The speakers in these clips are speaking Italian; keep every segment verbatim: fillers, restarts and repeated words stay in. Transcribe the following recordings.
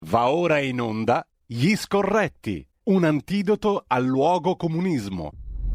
Va ora in onda Gli Scorretti, un antidoto al luogo comunismo.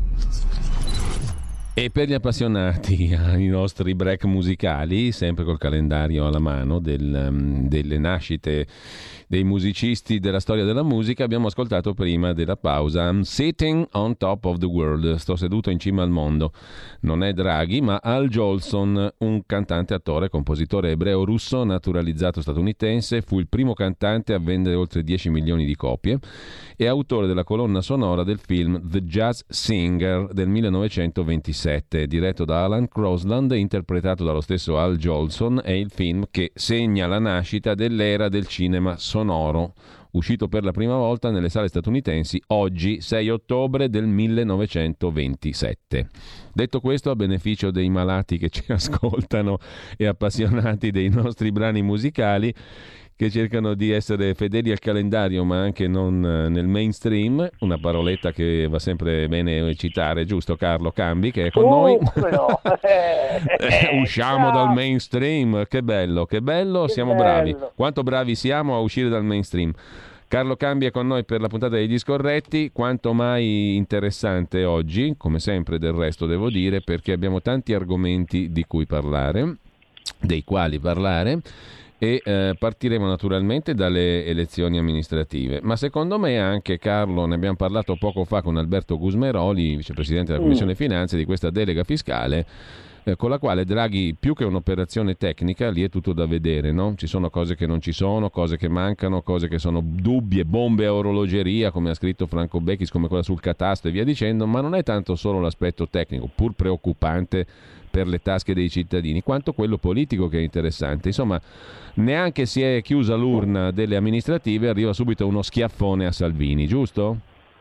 E per gli appassionati ai nostri break musicali, sempre col calendario alla mano del, um, delle nascite dei musicisti della storia della musica, abbiamo ascoltato prima della pausa I'm Sitting on Top of the World, sto seduto in cima al mondo. Non è Draghi, ma Al Jolson, un cantante, attore, compositore ebreo-russo naturalizzato statunitense, fu il primo cantante a vendere oltre dieci milioni di copie e autore della colonna sonora del film The Jazz Singer del millenovecentoventisette, diretto da Alan Crosland e interpretato dallo stesso Al Jolson. È il film che segna la nascita dell'era del cinema sonoro, uscito per la prima volta nelle sale statunitensi oggi, sei ottobre del millenovecentoventisette. Detto questo, a beneficio dei malati che ci ascoltano e appassionati dei nostri brani musicali, che cercano di essere fedeli al calendario ma anche non nel mainstream, una paroletta che va sempre bene citare, giusto Carlo Cambi, che è con uh, noi. No. eh, usciamo Ciao. dal mainstream, che bello, che bello, Che siamo bello. bravi, quanto bravi siamo a uscire dal mainstream. Carlo Cambi è con noi per la puntata degli Scorretti, quanto mai interessante oggi, come sempre del resto devo dire, perché abbiamo tanti argomenti di cui parlare, dei quali parlare, e eh, partiremo naturalmente dalle elezioni amministrative, ma secondo me anche, Carlo, ne abbiamo parlato poco fa con Alberto Gusmeroli, vicepresidente della Commissione Mm. Finanze, di questa delega fiscale eh, con la quale Draghi, più che un'operazione tecnica, lì è tutto da vedere, no? Ci sono cose che non ci sono, cose che mancano, cose che sono dubbie, bombe a orologeria, come ha scritto Franco Becchis, come quella sul catasto e via dicendo, ma non è tanto solo l'aspetto tecnico, pur preoccupante per le tasche dei cittadini, quanto quello politico che è interessante. Insomma, neanche si è chiusa l'urna delle amministrative, arriva subito uno schiaffone a Salvini, giusto?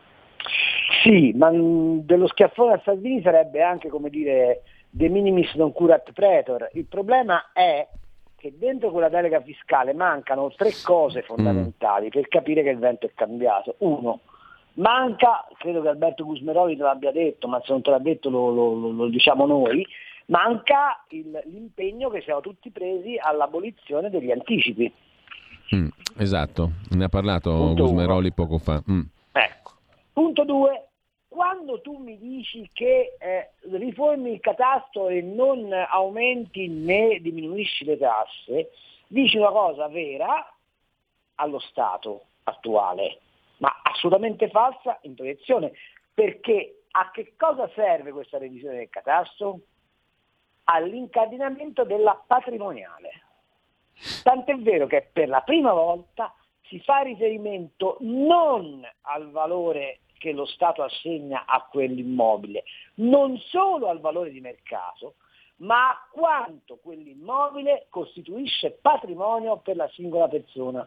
Sì, ma mh, dello schiaffone a Salvini sarebbe anche, come dire, de minimis non curat praetor. Il problema è che dentro quella delega fiscale mancano tre cose fondamentali mm. per capire che il vento è cambiato. Uno, manca, credo che Alberto Gusmeroli te l'abbia detto, ma se non te l'ha detto lo, lo, lo, lo diciamo noi, manca il, l'impegno che siamo tutti presi all'abolizione degli anticipi. Mm, esatto, ne ha parlato Punto Gusmeroli uno. poco fa. Mm. Ecco. Punto due, quando tu mi dici che eh, riformi il catasto e non aumenti né diminuisci le tasse, dici una cosa vera allo Stato attuale, ma assolutamente falsa in proiezione, perché a che cosa serve questa revisione del catasto? All'incardinamento della patrimoniale. Tant'è vero che per la prima volta si fa riferimento non al valore che lo Stato assegna a quell'immobile, non solo al valore di mercato, ma a quanto quell'immobile costituisce patrimonio per la singola persona.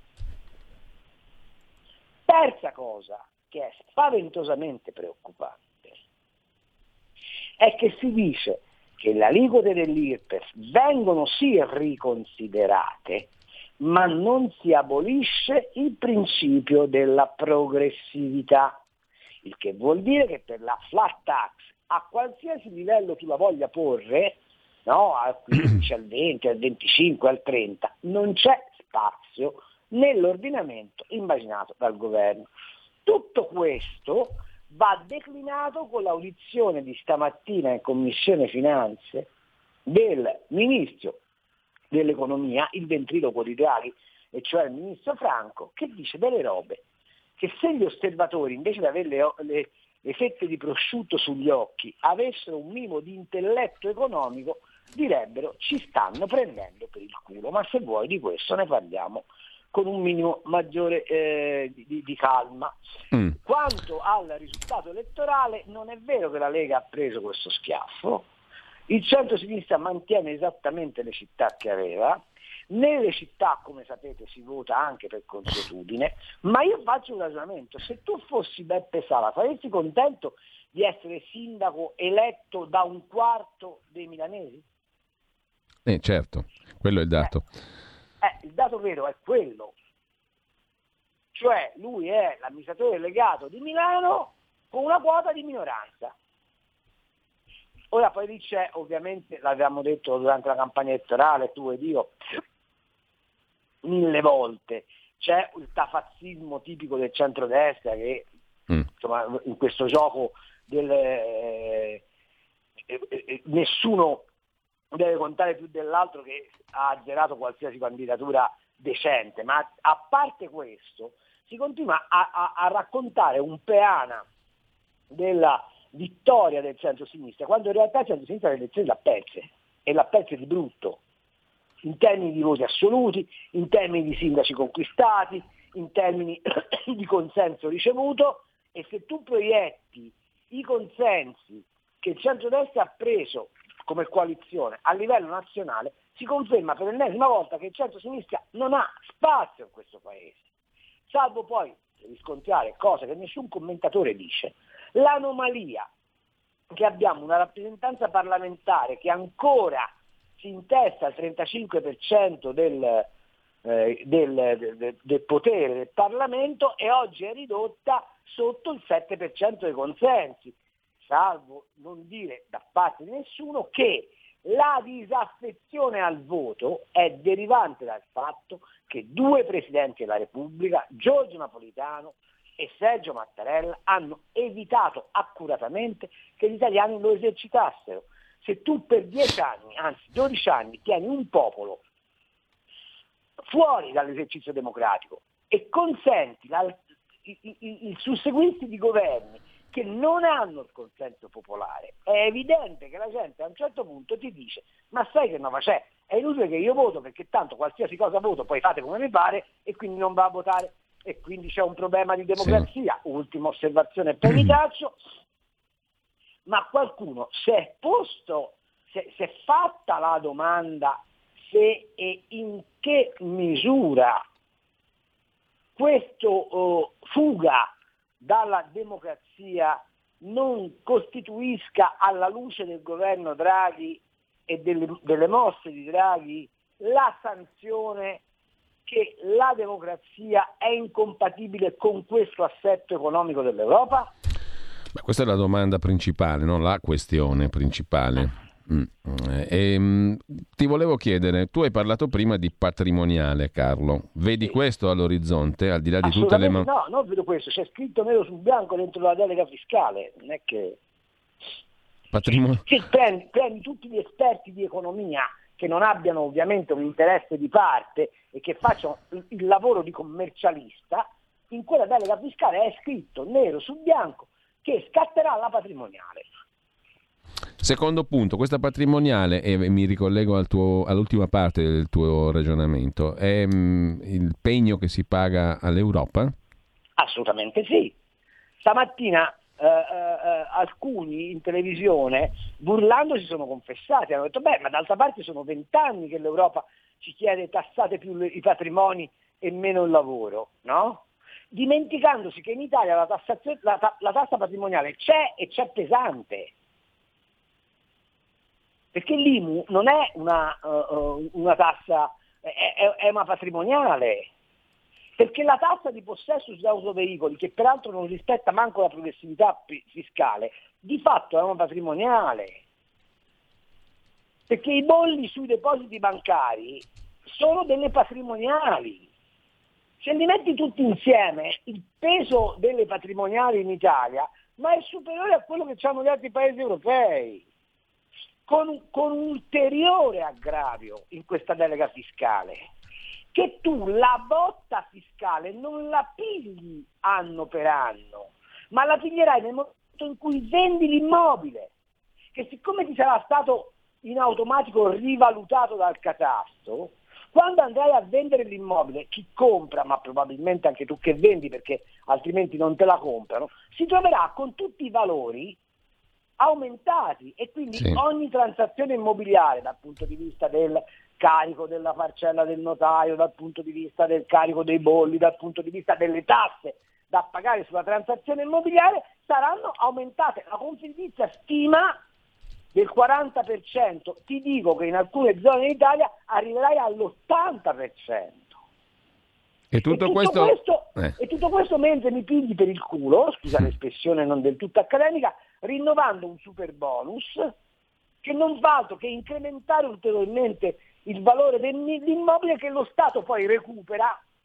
Terza cosa, che è spaventosamente preoccupante, è che si dice che le aliquote dell'I R P E F vengono sì riconsiderate, ma non si abolisce il principio della progressività, il che vuol dire che per la flat tax, a qualsiasi livello tu la voglia porre, no, al quindici, al venti, al venticinque, al trenta, non c'è spazio nell'ordinamento immaginato dal governo. Tutto questo va declinato con l'audizione di stamattina in Commissione Finanze del Ministro dell'Economia, il ventriloquo di Draghi, e cioè il Ministro Franco, che dice delle robe che se gli osservatori, invece di avere le, le, le fette di prosciutto sugli occhi, avessero un minimo di intelletto economico, direbbero ci stanno prendendo per il culo, ma se vuoi di questo ne parliamo con un minimo maggiore eh, di, di calma. Mm. Quanto al risultato elettorale, non è vero che la Lega ha preso questo schiaffo, il centro-sinistra mantiene esattamente le città che aveva, nelle città, come sapete, si vota anche per consuetudine, ma io faccio un ragionamento: se tu fossi Beppe Sala, saresti contento di essere sindaco eletto da un quarto dei milanesi? Eh certo, quello è il dato. Eh, eh, il dato vero è quello, cioè lui è l'amministratore delegato di Milano con una quota di minoranza. Ora poi lì c'è, ovviamente, l'avevamo detto durante la campagna elettorale, tu ed io, mille volte, c'è il tafazzismo tipico del centrodestra che mm. insomma, in questo gioco del, eh, eh, eh, nessuno deve contare più dell'altro, che ha azzerato qualsiasi candidatura decente, ma a parte questo si continua a, a, a raccontare un peana della vittoria del centro-sinistra, quando in realtà il centro-sinistra le elezioni l'ha perse, e l'ha perse di brutto, in termini di voti assoluti, in termini di sindaci conquistati, in termini di consenso ricevuto, e se tu proietti i consensi che il centrodestra ha preso come coalizione a livello nazionale, si conferma per l'ennesima volta che il centro-sinistra non ha spazio in questo paese, salvo poi riscontrare, cosa che nessun commentatore dice, l'anomalia che abbiamo una rappresentanza parlamentare che ancora si intesta al trentacinque per cento del, eh, del, del, del potere del Parlamento, e oggi è ridotta sotto il sette per cento dei consensi, salvo non dire da parte di nessuno che la disaffezione al voto è derivante dal fatto che due Presidenti della Repubblica, Giorgio Napolitano e Sergio Mattarella, hanno evitato accuratamente che gli italiani lo esercitassero. Se tu per dieci anni, anzi dodici anni, tieni un popolo fuori dall'esercizio democratico e consenti la, il, il, il susseguirsi di governi che non hanno il consenso popolare, è evidente che la gente a un certo punto ti dice: ma sai che no, ma c'è, è inutile che io voto, perché tanto qualsiasi cosa voto poi fate come mi pare, e quindi non va a votare, e quindi c'è un problema di democrazia. Sì. Ultima osservazione, poi mi taccio. Ma qualcuno si è posto, si è fatta la domanda se e in che misura questo uh, fuga dalla democrazia non costituisca, alla luce del governo Draghi e delle, delle mosse di Draghi, la sanzione che la democrazia è incompatibile con questo assetto economico dell'Europa? Beh, questa è la domanda principale, non la questione principale. Mm. E, mm, ti volevo chiedere, tu hai parlato prima di patrimoniale, Carlo. Vedi sì. questo all'orizzonte, al di là di tutte le... Ma... No, non vedo questo, c'è scritto nero su bianco dentro la delega fiscale, non è che... Patrimonio... Se prendi, prendi tutti gli esperti di economia che non abbiano ovviamente un interesse di parte e che facciano il lavoro di commercialista, in quella delega fiscale è scritto nero su bianco che scatterà la patrimoniale. Secondo punto, questa patrimoniale, e mi ricollego al tuo, all'ultima parte del tuo ragionamento, è mh, il pegno che si paga all'Europa? Assolutamente sì. Stamattina eh, eh, alcuni in televisione, burlando, si sono confessati, hanno detto: beh, ma d'altra parte sono vent'anni che l'Europa ci chiede tassate più le, i patrimoni e meno il lavoro, no? Dimenticandosi che in Italia la, tassazione, la, la tassa patrimoniale c'è, e c'è pesante. Perché l'I M U non è una, uh, una tassa, è, è una patrimoniale. Perché la tassa di possesso sugli autoveicoli, che peraltro non rispetta manco la progressività fiscale, di fatto è una patrimoniale. Perché i bolli sui depositi bancari sono delle patrimoniali. Se li metti tutti insieme, il peso delle patrimoniali in Italia ma è superiore a quello che hanno gli altri paesi europei, con, con un ulteriore aggravio in questa delega fiscale, che tu la botta fiscale non la pigli anno per anno, ma la piglierai nel momento in cui vendi l'immobile, che siccome ti sarà stato in automatico rivalutato dal catasto, quando andrai a vendere l'immobile, chi compra, ma probabilmente anche tu che vendi, perché altrimenti non te la comprano, si troverà con tutti i valori aumentati, e quindi sì. Ogni transazione immobiliare, dal punto di vista del carico della parcella del notaio, dal punto di vista del carico dei bolli, dal punto di vista delle tasse da pagare sulla transazione immobiliare, saranno aumentate. La Confindizia stima del quaranta per cento, ti dico che in alcune zone d'Italia arriverai all'ottanta per cento. E tutto, e tutto questo, questo eh. e tutto questo mentre mi pigli per il culo, scusa mm. l'espressione non del tutto accademica, rinnovando un super bonus che non fa altro che incrementare ulteriormente il valore dell'immobile, che lo Stato poi recupera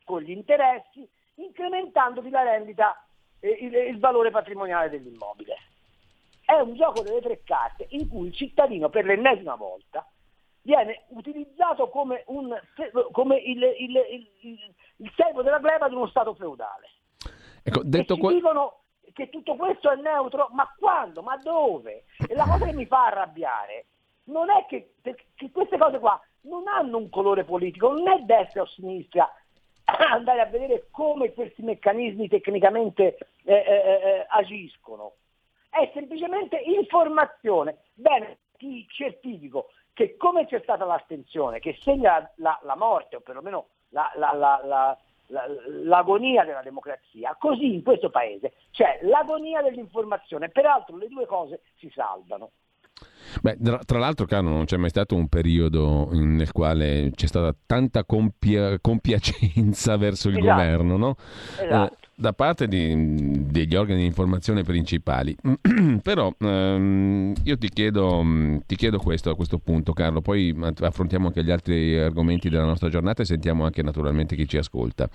con gli interessi, incrementandoti la rendita e il, il valore patrimoniale dell'immobile. È un gioco delle tre carte in cui il cittadino per l'ennesima volta viene utilizzato come, un, come il, il, il, il, il servo della gleba di uno stato feudale. Ecco, detto e ci que- dicono che tutto questo è neutro, ma quando? Ma dove? E la cosa che mi fa arrabbiare non è che, che queste cose qua non hanno un colore politico, non è destra o sinistra andare a vedere come questi meccanismi tecnicamente eh, eh, eh, agiscono. È semplicemente informazione. Bene, ti certifico che come c'è stata l'astensione, che segna la, la morte o perlomeno la, la, la, la, la, l'agonia della democrazia, così in questo paese c'è l'agonia dell'informazione. Peraltro le due cose si salvano. Beh, tra l'altro, Carlo, non c'è mai stato un periodo nel quale c'è stata tanta compia- compiacenza verso il esatto. governo, no? Esatto. Eh, da parte di, degli organi di informazione principali. Però ehm, io ti chiedo, ti chiedo questo a questo punto, Carlo, poi affrontiamo anche gli altri argomenti della nostra giornata e sentiamo anche naturalmente chi ci ascolta.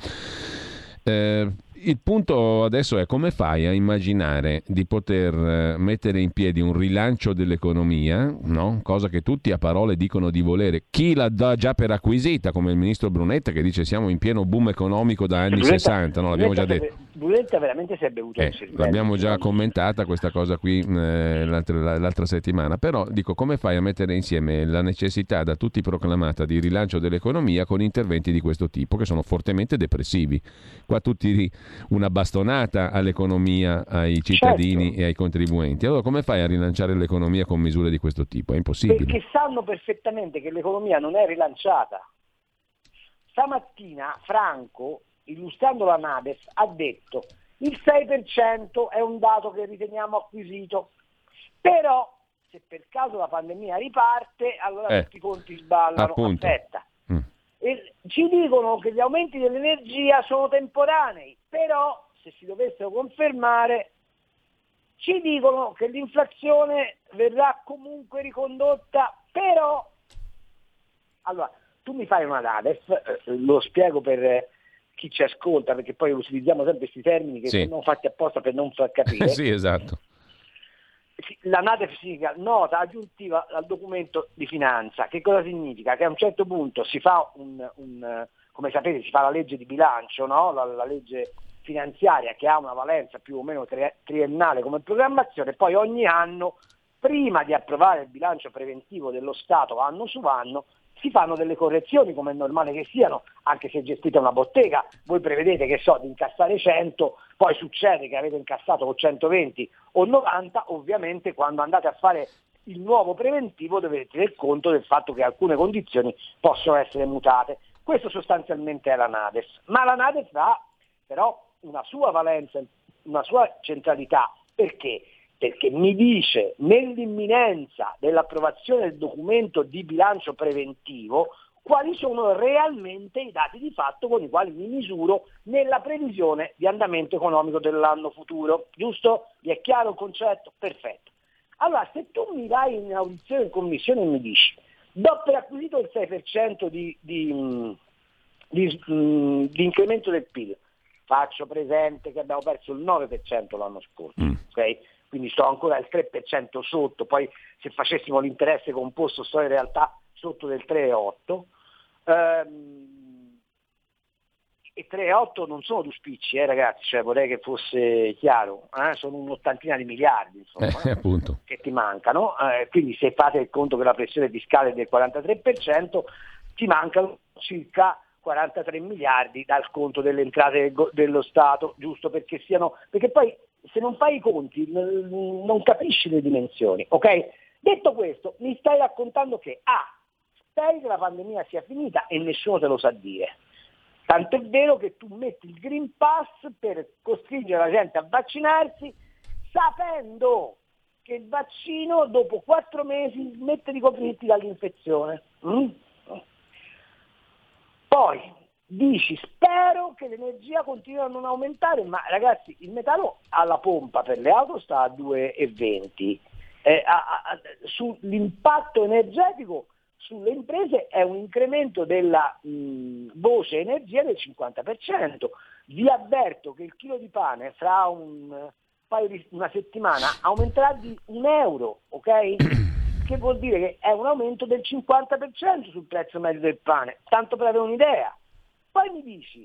Eh, il punto adesso è: come fai a immaginare di poter mettere in piedi un rilancio dell'economia, no? Cosa che tutti a parole dicono di volere, chi la dà già per acquisita, come il ministro Brunetta che dice siamo in pieno boom economico da anni Brunetta, sessanta, no? L'abbiamo già detto. Brunetta veramente si è bevuto eh, il cervello. l'abbiamo già commentata questa cosa qui eh, l'altra, l'altra settimana, però dico, come fai a mettere insieme la necessità da tutti proclamata di rilancio dell'economia con interventi di questo tipo che sono fortemente depressivi? Qua tutti una bastonata all'economia, ai cittadini, certo, e ai contribuenti. Allora come fai a rilanciare l'economia con misure di questo tipo? È impossibile. Perché sanno perfettamente che l'economia non è rilanciata. Stamattina Franco, illustrando la NADEF, ha detto il sei per cento è un dato che riteniamo acquisito, però se per caso la pandemia riparte allora eh, tutti i conti sballano. Appunto. Aspetta. Mm. E ci dicono che gli aumenti dell'energia sono temporanei, però se si dovessero confermare ci dicono che l'inflazione verrà comunque ricondotta, però allora tu mi fai una NADEF, eh, lo spiego per chi ci ascolta perché poi utilizziamo sempre questi termini che sì, sono fatti apposta per non far capire. Sì, esatto. La NADEF significa nota aggiuntiva al documento di finanza. Che cosa significa? Che a un certo punto si fa un, un come sapete si fa la legge di bilancio, no? la, la legge finanziaria che ha una valenza più o meno tri- triennale come programmazione, poi ogni anno, prima di approvare il bilancio preventivo dello Stato anno su anno, si fanno delle correzioni come è normale che siano, anche se gestite una bottega, voi prevedete che so di incassare cento, poi succede che avete incassato con centoventi o novanta, ovviamente quando andate a fare il nuovo preventivo dovete tener conto del fatto che alcune condizioni possono essere mutate. Questo sostanzialmente è la NADEF, ma la NADEF ha però una sua valenza, una sua centralità, perché? Perché mi dice nell'imminenza dell'approvazione del documento di bilancio preventivo quali sono realmente i dati di fatto con i quali mi misuro nella previsione di andamento economico dell'anno futuro. Giusto? Vi è chiaro il concetto? Perfetto. Allora, se tu mi vai in audizione in commissione e mi dici do per acquisito il sei per cento di, di, di, di incremento del P I L, faccio presente che abbiamo perso il nove per cento l'anno scorso, mm. ok? Quindi sto ancora al tre per cento sotto, poi se facessimo l'interesse composto sto in realtà sotto del tre virgola otto, ehm, e tre virgola otto non sono due spicci, eh, ragazzi, cioè vorrei che fosse chiaro, eh? Sono un'ottantina di miliardi insomma, eh, appunto, che ti mancano, eh, quindi se fate il conto che la pressione fiscale è del quarantatré per cento, ti mancano circa quarantatré miliardi dal conto delle entrate dello Stato, giusto perché siano, perché poi se non fai i conti non capisci le dimensioni, ok? Detto questo, mi stai raccontando che A, ah, speri che la pandemia sia finita e nessuno te lo sa dire. Tanto è vero che tu metti il Green Pass per costringere la gente a vaccinarsi sapendo che il vaccino dopo quattro mesi smette di coprirti dall'infezione. Mm? Poi dici spero che l'energia continui a non aumentare, ma ragazzi il metano alla pompa per le auto sta a due virgola venti, eh, a, a, sull'impatto energetico sulle imprese è un incremento della mh, voce energia del cinquanta per cento. Vi avverto che il chilo di pane fra un paio di una settimana aumenterà di un euro, ok? Che vuol dire che è un aumento del cinquanta per cento sul prezzo medio del pane, tanto per avere un'idea. Poi mi dici,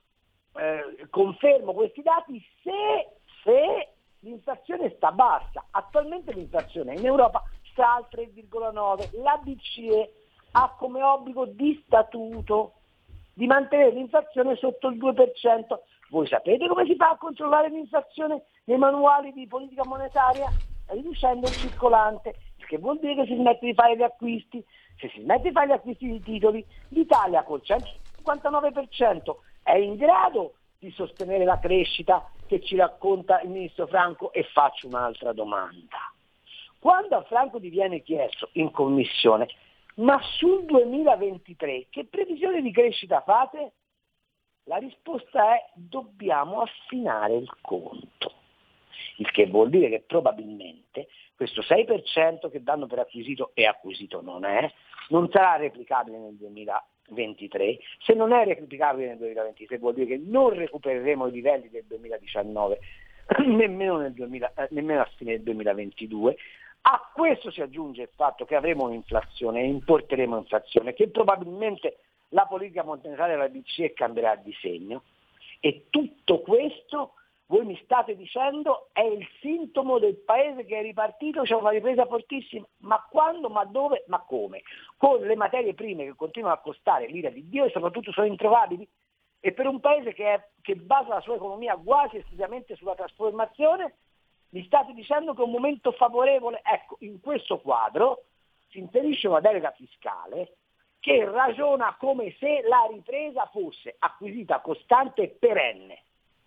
eh, confermo questi dati se, se l'inflazione sta bassa. Attualmente l'inflazione in Europa sta al tre virgola nove, la B C E ha come obbligo di statuto di mantenere l'inflazione sotto il due per cento. Voi sapete come si fa a controllare l'inflazione nei manuali di politica monetaria? Riducendo il circolante, che vuol dire che si smette di fare gli acquisti. Se si smette di fare gli acquisti di titoli, l'Italia col centocinquantanove per cento è in grado di sostenere la crescita che ci racconta il ministro Franco. E faccio un'altra domanda. Quando a Franco gli viene chiesto in commissione, ma sul duemilaventitré che previsione di crescita fate? La risposta è: dobbiamo affinare il conto. Il che vuol dire che probabilmente questo sei per cento che danno per acquisito, e acquisito non è, non sarà replicabile nel duemilaventitré. Se non è replicabile nel duemilaventitré vuol dire che non recupereremo i livelli del duemiladiciannove nemmeno, nel duemila, eh, nemmeno a fine del duemilaventidue. A questo si aggiunge il fatto che avremo un'inflazione e importeremo inflazione, che probabilmente la politica monetaria della B C E cambierà di segno, e tutto questo, voi mi state dicendo, è il sintomo del paese che è ripartito, c'è una ripresa fortissima. Ma quando, ma dove, ma come? Con le materie prime che continuano a costare l'ira di Dio e soprattutto sono introvabili? E per un paese che, è, che basa la sua economia quasi esclusivamente sulla trasformazione, mi state dicendo che è un momento favorevole? Ecco, in questo quadro si inserisce una delega fiscale che ragiona come se la ripresa fosse acquisita, costante e perenne.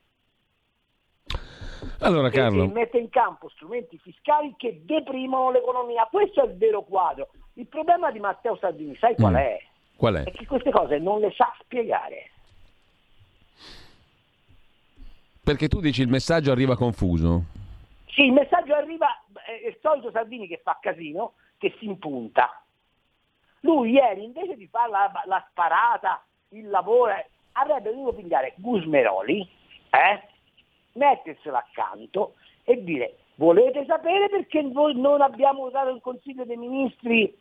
Allora, Carlo, e mette in campo strumenti fiscali che deprimono l'economia. Questo è il vero quadro. Il problema di Matteo Salvini, sai qual è? Mm. Qual è? È che queste cose non le sa spiegare. Perché tu dici il messaggio arriva confuso. Sì, il messaggio arriva, è il solito Salvini che fa casino, che si impunta. Lui ieri, invece di fare la, la sparata, il lavoro, avrebbe dovuto pigliare Gusmeroli, eh? metterselo accanto e dire: volete sapere perché noi non abbiamo usato il Consiglio dei Ministri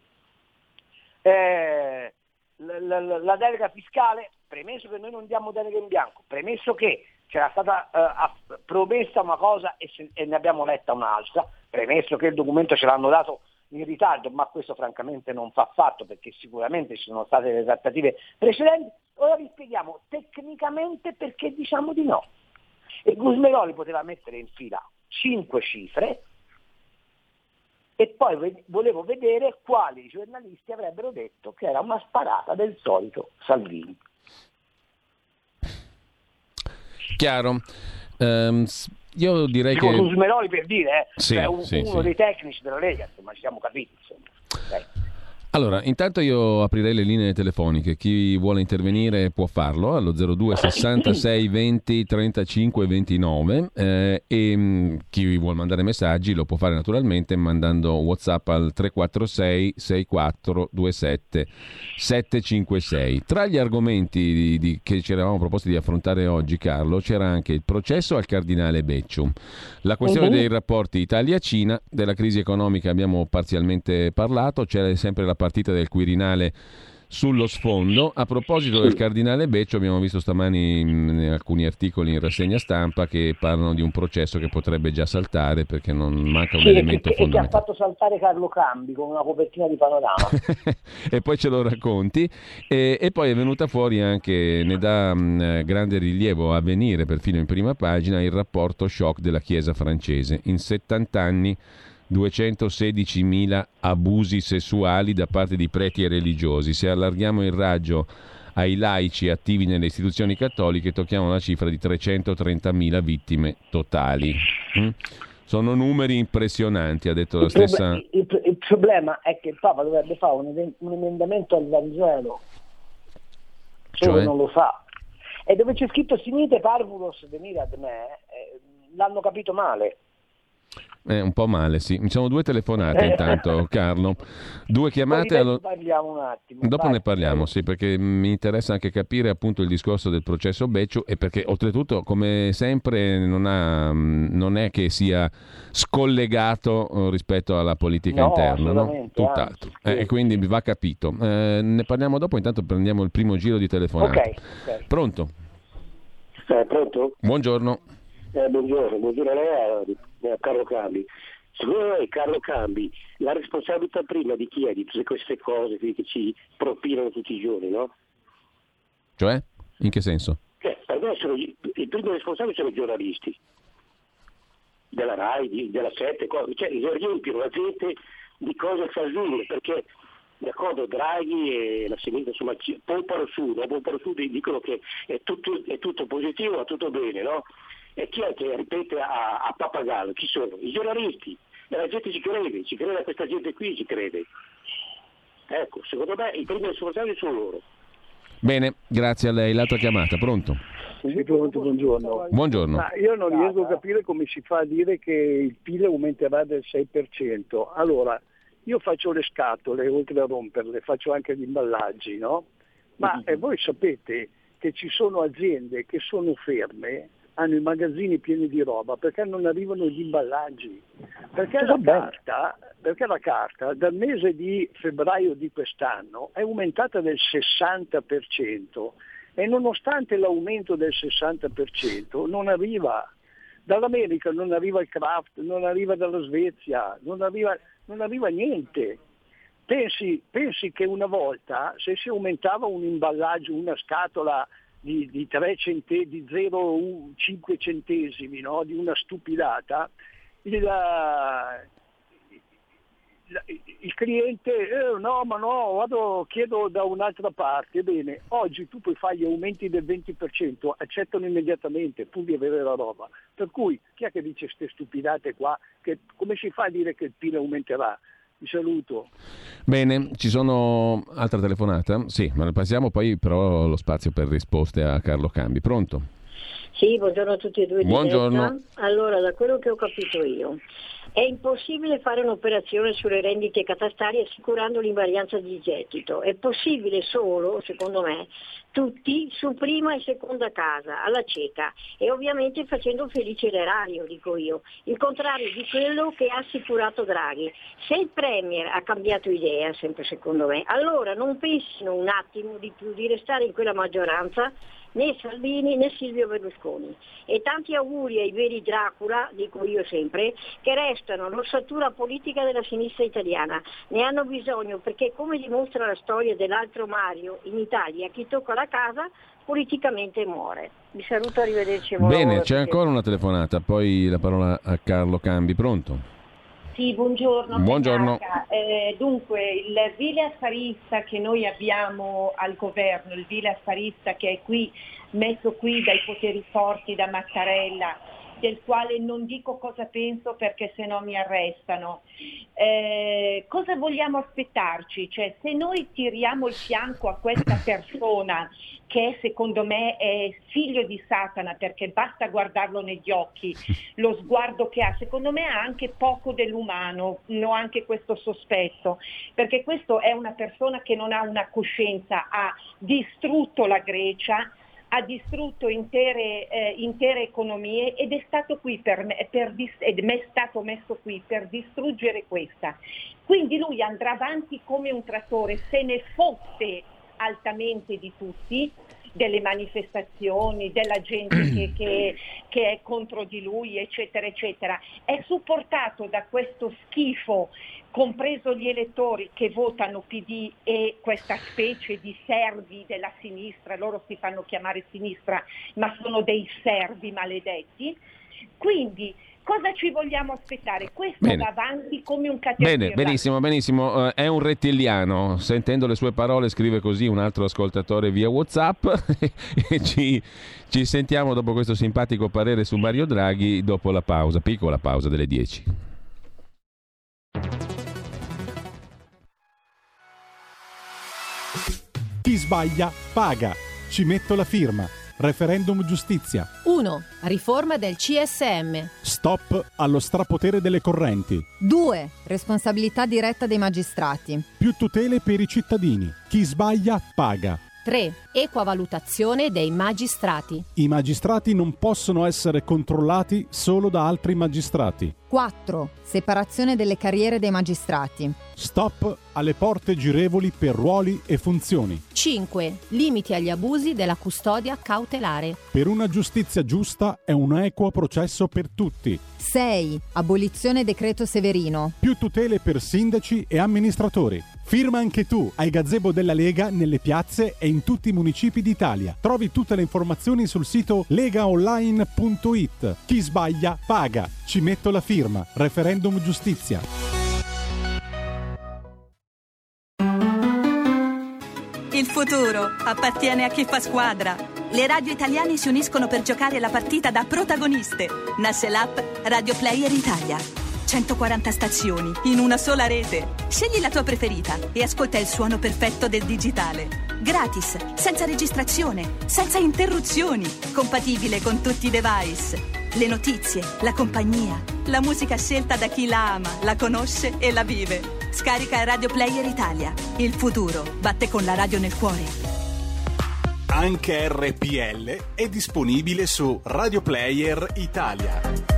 eh, la, la, la delega fiscale? Premesso che noi non diamo delega in bianco, premesso che c'era stata eh, promessa una cosa e, se, e ne abbiamo letta un'altra, premesso che il documento ce l'hanno dato in ritardo, ma questo francamente non fa affatto, perché sicuramente ci sono state le trattative precedenti. Ora vi spieghiamo tecnicamente perché diciamo di no. E Gusmeroli poteva mettere in fila cinque cifre e poi volevo vedere quali giornalisti avrebbero detto che era una sparata del solito Salvini. Chiaro. Um, io direi Dico che Gusmeroli per dire, eh, sì, cioè un, sì, uno sì. dei tecnici della Lega, insomma, ci siamo capiti, insomma. Okay. Allora, intanto io aprirei le linee telefoniche. Chi vuole intervenire può farlo allo zero due sessantasei venti trentacinque ventinove eh, e mh, chi vuole mandare messaggi lo può fare naturalmente mandando WhatsApp al tre quattro sei sei quattro due sette sette cinque sei. Tra gli argomenti di, di, che ci eravamo proposti di affrontare oggi, Carlo, c'era anche il processo al cardinale Becciu, la questione uh-huh. dei rapporti Italia-Cina, della crisi economica abbiamo parzialmente parlato, c'era sempre la partita del Quirinale sullo sfondo. A proposito del cardinale Becciu, abbiamo visto stamani in alcuni articoli in rassegna stampa che parlano di un processo che potrebbe già saltare perché non manca un sì, elemento che, fondamentale. E che ha fatto saltare Carlo Cambi con una copertina di Panorama. E poi ce lo racconti. E, e poi è venuta fuori anche, ne dà mh, grande rilievo a Avvenire, perfino in prima pagina, il rapporto shock della Chiesa francese. In settanta anni duecentosedicimila abusi sessuali da parte di preti e religiosi. Se allarghiamo il raggio ai laici attivi nelle istituzioni cattoliche, tocchiamo la cifra di trecentotrentamila vittime totali. Mm? Sono numeri impressionanti, ha detto la il prob- stessa... Il, il problema è che il Papa dovrebbe fare un, un emendamento al Vangelo, solo Cioè? non lo fa. E dove c'è scritto Simite Parvulos venire ad me, eh, l'hanno capito male. Eh, un po' male, sì. Mi sono due telefonate intanto, Carlo. Due chiamate. Poi ne parliamo un attimo. Dopo Vai, ne parliamo, vai. sì, perché mi interessa anche capire appunto il discorso del processo Becciu e perché oltretutto, come sempre, non, ha, non è che sia scollegato eh, rispetto alla politica No, interna, no? assolutamente, Tutt'altro. anzi, Eh, sì, e quindi sì. va capito. Eh, ne parliamo dopo, intanto prendiamo il primo giro di telefonate. Ok, ok. Pronto? Eh, pronto? Buongiorno. Eh, buongiorno, buongiorno a lei, a, a Carlo Cambi. Secondo lei, Carlo Cambi, la responsabilità prima di chi è di tutte queste cose che, che ci propinano tutti i giorni, no? Cioè? In che senso? Che per me sono, i i primi responsabili sono i giornalisti della RAI, di, della Sette, cose, cioè riempiono la gente di cose fasulle, perché d'accordo Draghi e la sinistra insomma ci pompano su, no? Pompano su, dicono che è tutto, è tutto positivo, va tutto bene, no? E chi è che ripete a, a pappagallo? Chi sono? I giornalisti. E la gente ci crede, ci crede a questa gente qui, ci crede. Ecco, secondo me i primi responsabili sono loro. Bene, grazie a lei. L'altra chiamata, pronto? Sì, pronto, buongiorno. Buongiorno. Ma io non riesco a capire come si fa a dire che il P I L aumenterà del sei per cento. Allora, io faccio le scatole, oltre a romperle, faccio anche gli imballaggi, no? Ma eh, voi sapete che ci sono aziende che sono ferme, hanno i magazzini pieni di roba perché non arrivano gli imballaggi, perché la carta, perché la carta dal mese di febbraio di quest'anno è aumentata del sessanta per cento e nonostante l'aumento del sessanta per cento non arriva dall'America, non arriva il craft, non arriva dalla Svezia, non arriva, non arriva niente. Pensi, pensi che una volta se si aumentava un imballaggio, una scatola di, di tre cente, di zero virgola cinque centesimi, no? Di una stupidata, il, il cliente eh, no ma no vado chiedo da un'altra parte. Ebbene, oggi tu puoi fare gli aumenti del venti per cento, accettano immediatamente pur di avere la roba, per cui chi è che dice ste stupidate qua, che come si fa a dire che il P I L aumenterà? Vi saluto. Bene, ci sono altra telefonata? Sì, ma ne passiamo poi però lo spazio per risposte a Carlo Cambi. Pronto? Sì, buongiorno a tutti e due. Buongiorno. Allora, da quello che ho capito io, è impossibile fare un'operazione sulle rendite catastali assicurando l'invarianza di gettito. È possibile solo, secondo me, tutti su prima e seconda casa, alla cieca, e ovviamente facendo felice l'erario, dico io, il contrario di quello che ha assicurato Draghi. Se il Premier ha cambiato idea, sempre secondo me, allora non pensino un attimo di più di restare in quella maggioranza né Salvini né Silvio Berlusconi. E tanti auguri ai veri Dracula, dico io sempre, che restano l'ossatura politica della sinistra italiana. Ne hanno bisogno perché, come dimostra la storia dell'altro Mario, in Italia chi tocca la casa politicamente muore. Vi saluto, arrivederci. Bene, c'è ancora una telefonata, poi la parola a Carlo Cambi. Pronto? Sì, buongiorno. Buongiorno. Eh, dunque, il vile affarista che noi abbiamo al governo, il vile affarista che è qui, messo qui dai poteri forti da Mattarella, del quale non dico cosa penso perché se no mi arrestano. Eh, cosa vogliamo aspettarci? Cioè, se noi tiriamo il fianco a questa persona che secondo me è figlio di Satana, perché basta guardarlo negli occhi, lo sguardo che ha, secondo me ha anche poco dell'umano, ho anche questo sospetto, perché questo è una persona che non ha una coscienza, ha distrutto la Grecia, ha distrutto intere, eh, intere economie ed è stato qui per, per ed è stato messo qui per distruggere questa. Quindi lui andrà avanti come un trattore, se ne fotte altamente di tutti, delle manifestazioni, della gente che, che, che è contro di lui, eccetera, eccetera. È supportato da questo schifo, compreso gli elettori che votano P D e questa specie di servi della sinistra, loro si fanno chiamare sinistra, ma sono dei servi maledetti. Quindi cosa ci vogliamo aspettare? Questo Bene. va avanti come un caterpillar. Bene, benissimo, benissimo. Uh, è un rettiliano. Sentendo le sue parole scrive così un altro ascoltatore via WhatsApp e ci, ci sentiamo dopo questo simpatico parere su Mario Draghi dopo la pausa, piccola pausa delle dieci. Chi sbaglia paga. Ci metto la firma. referendum giustizia. uno. Riforma del C S M. Stop allo strapotere delle correnti. due. Responsabilità diretta dei magistrati. Più tutele per i cittadini. Chi sbaglia paga. tre. Equa valutazione dei magistrati. I magistrati non possono essere controllati solo da altri magistrati. quattro. Separazione delle carriere dei magistrati. Stop alle porte girevoli per ruoli e funzioni. cinque. Limiti agli abusi della custodia cautelare. Per una giustizia giusta è un equo processo per tutti. sei. Abolizione decreto Severino. Più tutele per sindaci e amministratori. Firma anche tu ai gazebo della Lega nelle piazze e in tutti i municipi d'Italia. Trovi tutte le informazioni sul sito legaonline punto it. Chi sbaglia paga. Ci metto la firma. Referendum giustizia. Il futuro appartiene a chi fa squadra. Le radio italiane si uniscono per giocare la partita da protagoniste. Nasce l'app Radio Player Italia. centoquaranta stazioni in una sola rete. Scegli la tua preferita e ascolta il suono perfetto del digitale. Gratis, senza registrazione, senza interruzioni, compatibile con tutti i device. Le notizie, la compagnia, la musica scelta da chi la ama, la conosce e la vive. Scarica Radio Player Italia. Il futuro batte con la radio nel cuore. Anche R P L è disponibile su Radio Player Italia.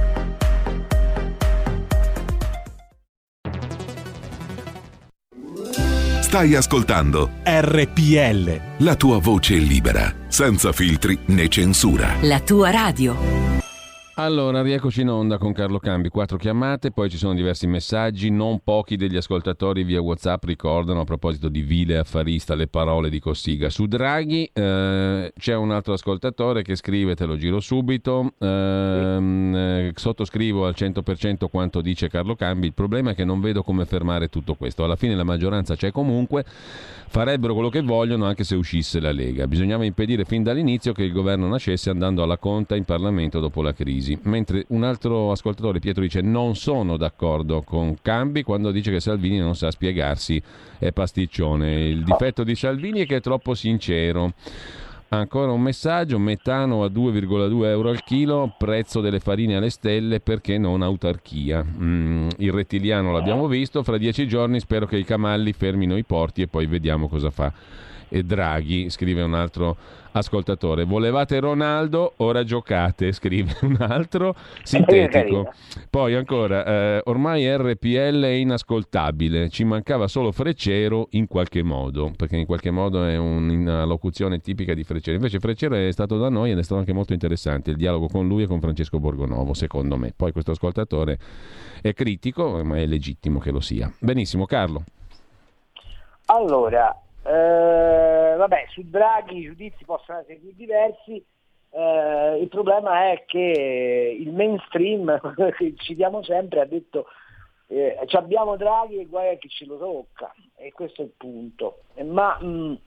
Stai ascoltando R P L, la tua voce libera, senza filtri né censura. La tua radio. Allora, rieccoci in onda con Carlo Cambi, quattro chiamate, poi ci sono diversi messaggi, non pochi degli ascoltatori via WhatsApp ricordano a proposito di vile affarista le parole di Cossiga su Draghi. Eh, c'è un altro ascoltatore che scrive, te lo giro subito, ehm, eh, sottoscrivo al cento per cento quanto dice Carlo Cambi, il problema è che non vedo come fermare tutto questo, alla fine la maggioranza c'è comunque, farebbero quello che vogliono anche se uscisse la Lega, bisognava impedire fin dall'inizio che il governo nascesse andando alla conta in Parlamento dopo la crisi. Mentre un altro ascoltatore, Pietro, dice non sono d'accordo con Cambi quando dice che Salvini non sa spiegarsi, è pasticcione. Il difetto di Salvini è che è troppo sincero. Ancora un messaggio, metano a due virgola due euro al chilo, prezzo delle farine alle stelle, perché non autarchia. Mm, il rettiliano l'abbiamo visto, fra dieci giorni spero che i camalli fermino i porti e poi vediamo cosa fa. E Draghi, scrive un altro ascoltatore, volevate Ronaldo, ora giocate, scrive un altro sintetico. Poi ancora, eh, ormai R P L è inascoltabile, ci mancava solo Freccero in qualche modo, perché in qualche modo è una locuzione tipica di Freccero. Invece Freccero è stato da noi ed è stato anche molto interessante il dialogo con lui e con Francesco Borgonovo, secondo me. Poi questo ascoltatore è critico, ma è legittimo che lo sia. Benissimo, Carlo. Allora, Eh, vabbè, su Draghi i giudizi possono essere più diversi, eh, il problema è che il mainstream, che citiamo sempre, ha detto eh, ci abbiamo Draghi e guai a chi ce lo tocca, e questo è il punto. Ma mh,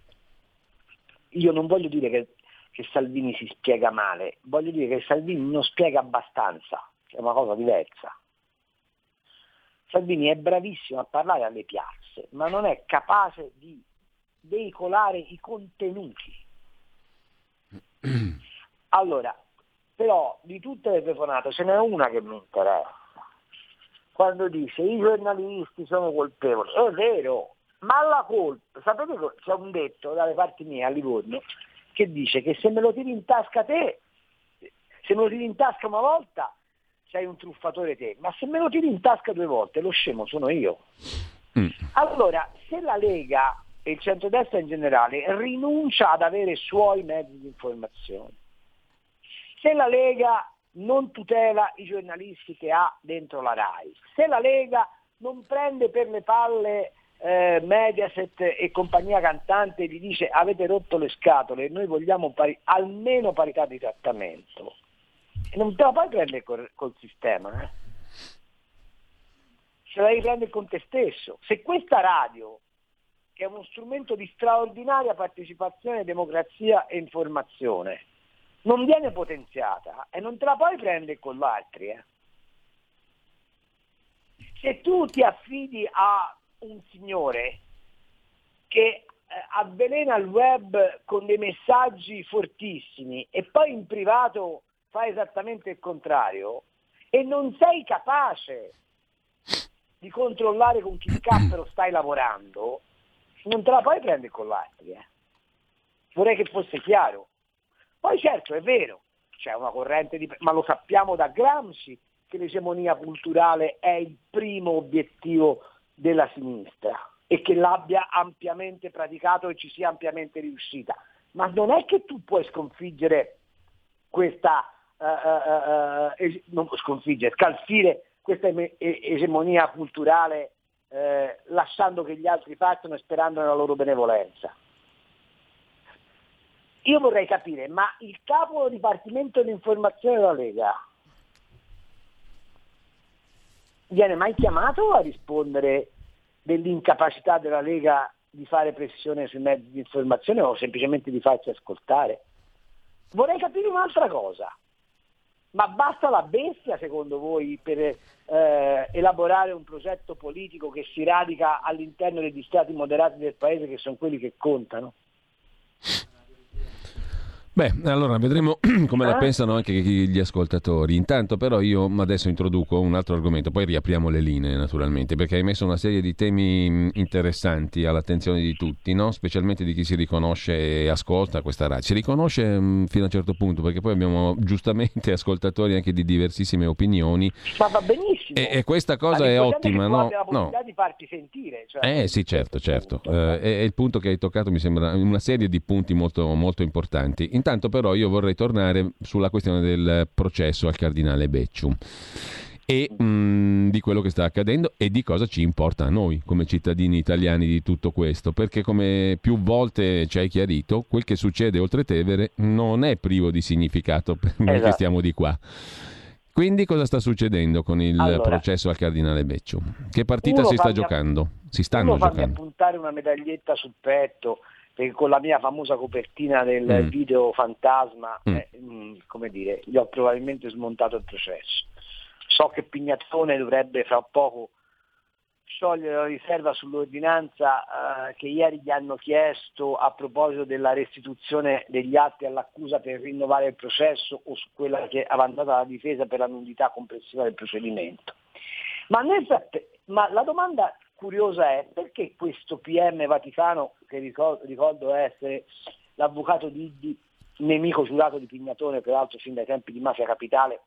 io non voglio dire che, che Salvini si spiega male, voglio dire che Salvini non spiega abbastanza, che è una cosa diversa. Salvini è bravissimo a parlare alle piazze, ma non è capace di veicolare i contenuti. Allora, però di tutte le telefonate ce n'è una che mi interessa. Quando dice i giornalisti sono colpevoli, è vero, ma la colpa, sapete che c'è un detto dalle parti mie a Livorno che dice che se me lo tiri in tasca te, se me lo tiri in tasca una volta sei un truffatore te, ma se me lo tiri in tasca due volte lo scemo sono io. Mm. Allora, se la Lega e il centrodestra in generale rinuncia ad avere suoi mezzi di informazione, se la Lega non tutela i giornalisti che ha dentro la RAI, se la Lega non prende per le palle eh, Mediaset e compagnia cantante e gli dice avete rotto le scatole e noi vogliamo pari- almeno parità di trattamento, e non te la puoi prendere col, col sistema, eh? Se la devi prendere con te stesso. Se questa radio, che è uno strumento di straordinaria partecipazione, democrazia e informazione, non viene potenziata, e non te la puoi prendere con gli altri, eh? Se tu ti affidi a un signore che avvelena il web con dei messaggi fortissimi e poi in privato fa esattamente il contrario e non sei capace di controllare con chi cappero stai lavorando, non te la puoi prendere con l'altri. Eh. Vorrei che fosse chiaro. Poi certo è vero, c'è una corrente di... ma lo sappiamo da Gramsci che l'egemonia culturale è il primo obiettivo della sinistra e che l'abbia ampiamente praticato e ci sia ampiamente riuscita. Ma non è che tu puoi sconfiggere questa, uh, uh, uh, es- non sconfiggere, scalfire questa em- egemonia culturale eh, lasciando che gli altri facciano e sperando nella loro benevolenza. Io vorrei capire, ma il capo dipartimento dell'informazione della Lega viene mai chiamato a rispondere dell'incapacità della Lega di fare pressione sui mezzi di informazione o semplicemente di farsi ascoltare? Vorrei capire un'altra cosa. Ma basta la bestia, secondo voi, per eh, elaborare un progetto politico che si radica all'interno degli stati moderati del paese, che sono quelli che contano? Beh, allora vedremo come la pensano anche gli ascoltatori. Intanto però io adesso introduco un altro argomento, poi riapriamo le linee naturalmente, perché hai messo una serie di temi interessanti all'attenzione di tutti, no? Specialmente di chi si riconosce e ascolta questa radio. Si riconosce mh, fino a un certo punto, perché poi abbiamo giustamente ascoltatori anche di diversissime opinioni. Ma va benissimo. E, e questa cosa è ottima, è che no? tu abbia la possibilità No. di farti sentire. Cioè, Eh sì, certo, certo. Eh, è, è il punto che hai toccato, mi sembra una serie di punti molto, molto importanti. Intanto però io vorrei tornare sulla questione del processo al cardinale Becciu e mh, di quello che sta accadendo e di cosa ci importa a noi come cittadini italiani di tutto questo, perché come più volte ci hai chiarito, quel che succede oltre Tevere non è privo di significato per noi esatto. che stiamo di qua. Quindi cosa sta succedendo con il allora, processo al cardinale Becciu? Che partita si sta giocando? Si stanno uno giocando? Fammi puntare una medaglietta sul petto, perché con la mia famosa copertina del Mm. video fantasma, Mm. eh, mh, come dire, gli ho probabilmente smontato il processo. So che Pignatone dovrebbe fra poco sciogliere la riserva sull'ordinanza eh, che ieri gli hanno chiesto a proposito della restituzione degli atti all'accusa per rinnovare il processo o su quella che è avanzata la difesa per la nullità complessiva del procedimento. Ma, nel fratte- ma la domanda curiosa è perché questo P M Vaticano, che ricordo, ricordo essere l'avvocato Diddi, nemico giurato di Pignatone, peraltro fin dai tempi di Mafia Capitale,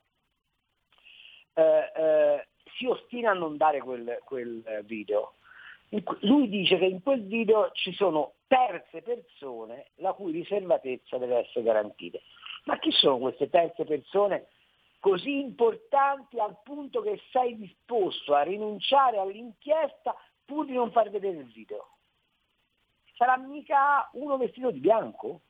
eh, eh, si ostina a non dare quel, quel video. Lui dice che in quel video ci sono terze persone la cui riservatezza deve essere garantita. Ma chi sono queste terze persone così importanti al punto che sei disposto a rinunciare all'inchiesta pur di non far vedere il video? Sarà mica uno vestito di bianco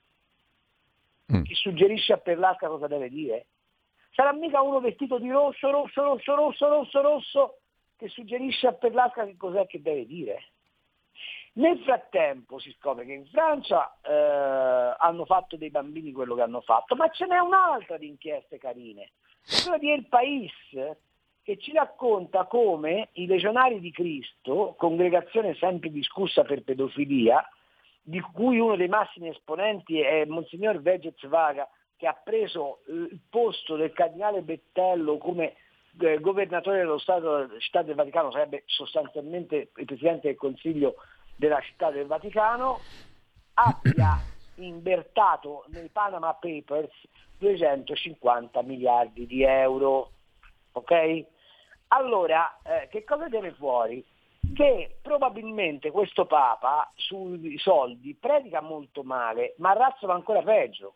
Mm. che suggerisce a Perlasca cosa deve dire? Sarà mica uno vestito di rosso, rosso, rosso, rosso, rosso, rosso che suggerisce a Perlasca che cos'è che deve dire? Nel frattempo si scopre che in Francia eh, hanno fatto dei bambini quello che hanno fatto, ma ce n'è un'altra di inchieste carine, quella di El País, che ci racconta come i Legionari di Cristo, congregazione sempre discussa per pedofilia, di cui uno dei massimi esponenti è Monsignor Vegez Vaga, che ha preso il posto del cardinale Bettello come eh, governatore dello Stato della Città del Vaticano, sarebbe sostanzialmente il Presidente del Consiglio della Città del Vaticano, abbia invertato nei Panama Papers duecentocinquanta miliardi di euro. Ok? Allora, eh, che cosa viene fuori? Che probabilmente questo Papa sui soldi predica molto male, ma razzola ancora peggio.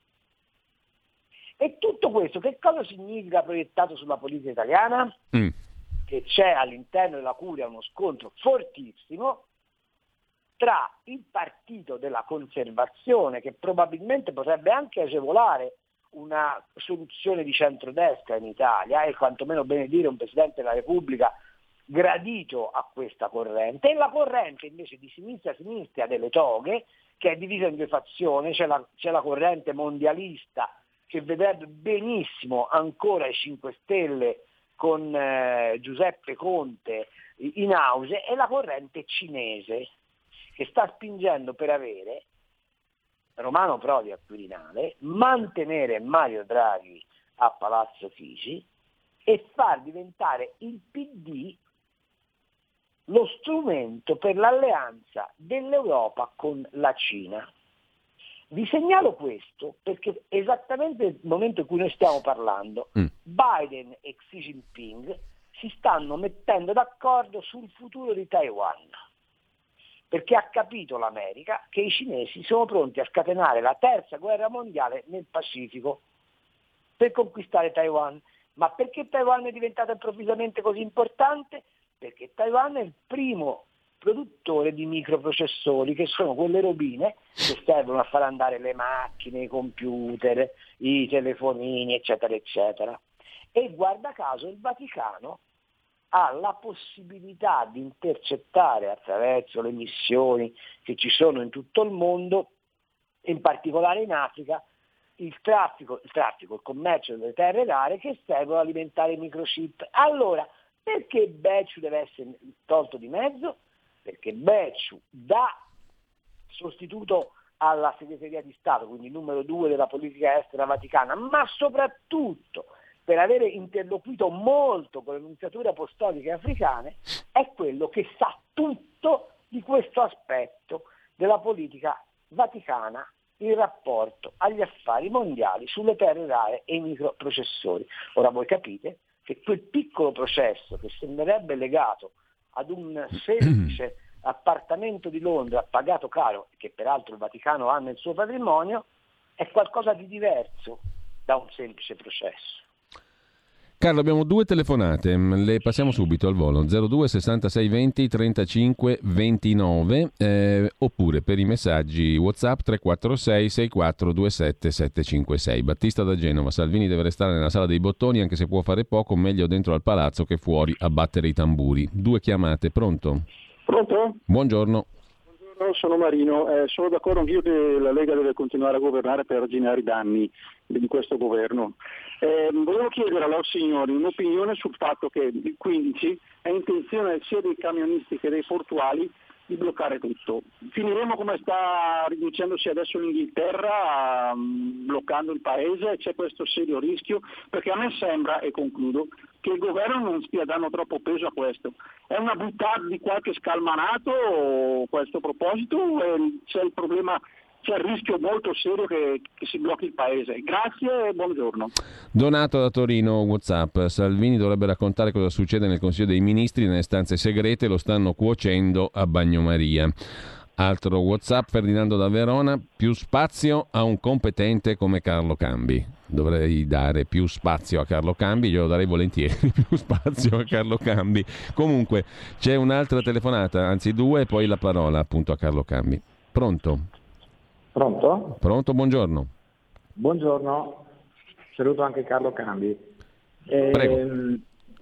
E tutto questo che cosa significa proiettato sulla politica italiana? Mm. Che c'è all'interno della Curia uno scontro fortissimo tra il partito della conservazione, che probabilmente potrebbe anche agevolare una soluzione di centrodestra in Italia, e quantomeno benedire un Presidente della Repubblica gradito a questa corrente, e la corrente invece di sinistra-sinistra delle toghe, che è divisa in due fazioni. C'è la, c'è la corrente mondialista, che vedrebbe benissimo ancora i cinque Stelle con eh, Giuseppe Conte in auge, e la corrente cinese, che sta spingendo per avere Romano Prodi al Quirinale, mantenere Mario Draghi a Palazzo Chigi e far diventare il P D lo strumento per l'alleanza dell'Europa con la Cina. Vi segnalo questo perché esattamente nel momento in cui noi stiamo parlando, mm. Biden e Xi Jinping si stanno mettendo d'accordo sul futuro di Taiwan, perché ha capito l'America che i cinesi sono pronti a scatenare la terza guerra mondiale nel Pacifico per conquistare Taiwan. Ma perché Taiwan è diventato improvvisamente così importante? Perché Taiwan è il primo produttore di microprocessori, che sono quelle robine che servono a far andare le macchine, i computer, i telefonini, eccetera, eccetera. E guarda caso il Vaticano ha la possibilità di intercettare attraverso le missioni che ci sono in tutto il mondo, in particolare in Africa, il traffico, il traffico, il commercio delle terre rare che servono ad alimentare i microchip. Allora, perché Becciu deve essere tolto di mezzo? Perché Becciu, da sostituto alla segreteria di Stato, quindi numero due della politica estera vaticana, ma soprattutto per avere interloquito molto con le nunciature apostoliche africane, è quello che sa tutto di questo aspetto della politica vaticana in rapporto agli affari mondiali sulle terre rare e i microprocessori. Ora voi capite che quel piccolo processo che sembrerebbe legato ad un semplice appartamento di Londra pagato caro, che peraltro il Vaticano ha nel suo patrimonio, è qualcosa di diverso da un semplice processo. Carlo, abbiamo due telefonate, le passiamo subito al volo, zero due sessantasei venti trentacinque ventinove, eh, oppure per i messaggi WhatsApp tre quattro sei sei quattro due sette sette cinque sei. Battista da Genova: Salvini deve restare nella sala dei bottoni anche se può fare poco, meglio dentro al palazzo che fuori a battere i tamburi. Due chiamate, pronto? Pronto? Buongiorno. Buongiorno, sono Marino, eh, sono d'accordo anch'io che la Lega deve continuare a governare per arginare i danni di questo governo. Eh, volevo chiedere a loro signori un'opinione sul fatto che il quindici è intenzione sia dei camionisti che dei portuali di bloccare tutto. Finiremo come sta riducendosi adesso l'Inghilterra, mh, bloccando il paese. C'è questo serio rischio, perché a me sembra, e concludo, che il governo non stia dando troppo peso a questo. È una buttata di qualche scalmanato questo proposito, o c'è il problema, c'è il rischio molto serio che, che si blocchi il paese? Grazie e buongiorno. Donato da Torino, WhatsApp: Salvini dovrebbe raccontare cosa succede nel Consiglio dei Ministri, nelle stanze segrete lo stanno cuocendo a bagnomaria. Altro WhatsApp: Ferdinando da Verona: più spazio a un competente come Carlo Cambi. Dovrei dare più spazio a Carlo Cambi, glielo darei volentieri più spazio a Carlo Cambi. Comunque c'è un'altra telefonata, anzi due, e poi la parola appunto a Carlo Cambi. Pronto? Pronto? Pronto, buongiorno. Buongiorno, saluto anche Carlo Cambi. Prego. Eh,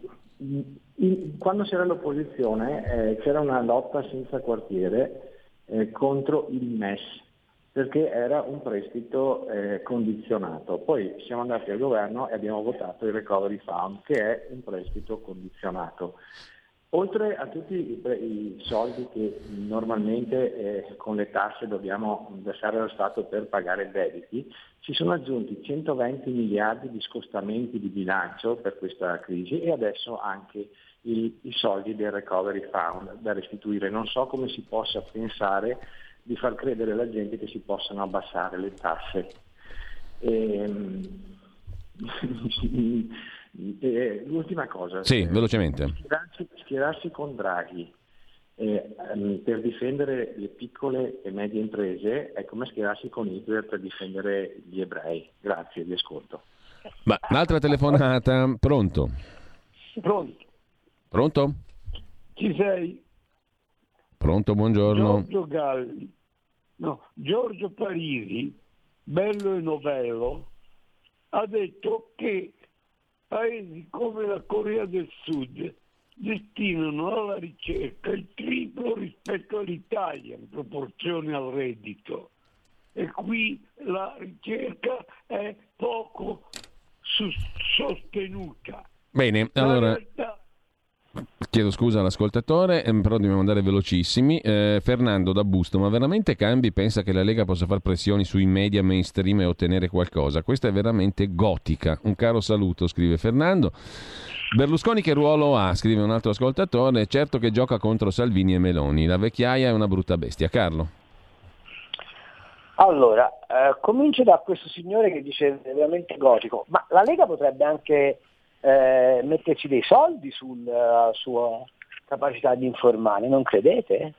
in, quando c'era l'opposizione eh, c'era una lotta senza quartiere eh, contro il M E S, perché era un prestito eh, condizionato. Poi siamo andati al governo e abbiamo votato il Recovery Fund, che è un prestito condizionato. Oltre a tutti i, i soldi che normalmente eh, con le tasse dobbiamo versare allo Stato per pagare i debiti, si sono aggiunti centoventi miliardi di scostamenti di bilancio per questa crisi e adesso anche i, i soldi del Recovery Fund da restituire. Non so come si possa pensare di far credere alla gente che si possano abbassare le tasse. E, Eh, l'ultima cosa, sì, velocemente. Schierarsi, schierarsi con Draghi eh, per difendere le piccole e medie imprese è come schierarsi con Hitler per difendere gli ebrei. Grazie, vi ascolto. Ma un'altra telefonata, pronto? Pronto. Pronto? Ci sei? Pronto, buongiorno. Giorgio Galli. No, Giorgio Parisi, bello e novello, ha detto che paesi come la Corea del Sud destinano alla ricerca il triplo rispetto all'Italia in proporzione al reddito, e qui la ricerca è poco sus- sostenuta. Bene, La allora realtà... Chiedo scusa all'ascoltatore, ehm, però dobbiamo andare velocissimi. Eh, Fernando da Busto, ma veramente Cambi pensa che la Lega possa far pressioni sui media mainstream e ottenere qualcosa? Questa è veramente gotica. Un caro saluto, scrive Fernando. Berlusconi che ruolo ha? Scrive un altro ascoltatore. Certo che gioca contro Salvini e Meloni. La vecchiaia è una brutta bestia. Carlo. Allora, eh, comincio da questo signore che dice veramente gotico, ma la Lega potrebbe anche eh, metterci dei soldi sulla sua capacità di informare, non credete?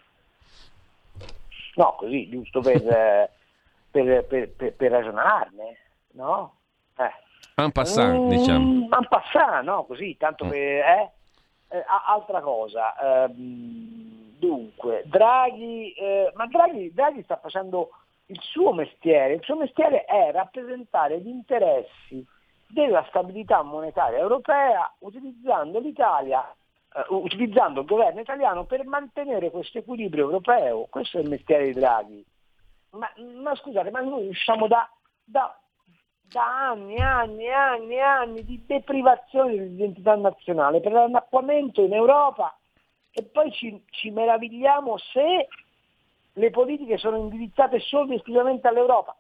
No, così, giusto per, eh, per, per, per, per ragionarne, no? Eh. En passant, mm, diciamo. En passant, no? Così, tanto per... Eh? Eh, altra cosa, ehm, dunque, Draghi, eh, ma Draghi, Draghi sta facendo il suo mestiere, il suo mestiere è rappresentare gli interessi della stabilità monetaria europea utilizzando l'Italia, eh, utilizzando il governo italiano per mantenere questo equilibrio europeo. Questo è il mestiere di Draghi. Ma, ma scusate, ma noi usciamo da, da, da anni e anni e anni e anni di deprivazione dell'identità nazionale per l'annacquamento in Europa e poi ci, ci meravigliamo se le politiche sono indirizzate solo e esclusivamente all'Europa.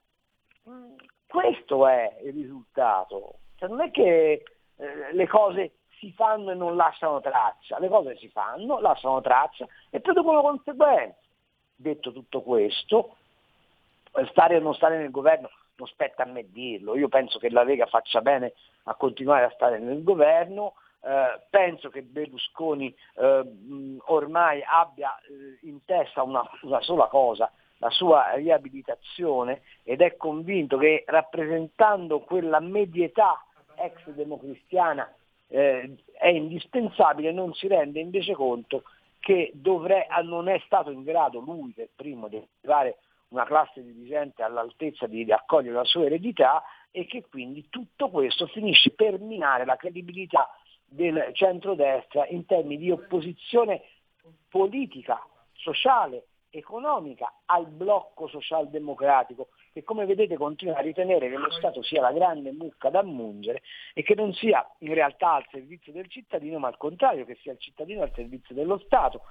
Questo è il risultato. Cioè, non è che eh, le cose si fanno e non lasciano traccia, le cose si fanno, lasciano traccia e producono conseguenze. Detto tutto questo, stare o non stare nel governo non spetta a me dirlo. Io penso che la Lega faccia bene a continuare a stare nel governo. Uh, penso che Berlusconi uh, ormai abbia uh, in testa una, una sola cosa, la sua riabilitazione, ed è convinto che rappresentando quella medietà ex democristiana eh, è indispensabile. Non si rende invece conto che dovre, non è stato in grado lui per primo di arrivare una classe dirigente all'altezza di, di accogliere la sua eredità, e che quindi tutto questo finisce per minare la credibilità del centrodestra in termini di opposizione politica, sociale, economica al blocco socialdemocratico, che come vedete continua a ritenere che lo Stato sia la grande mucca da mungere e che non sia in realtà al servizio del cittadino, ma al contrario, che sia il cittadino al servizio dello Stato.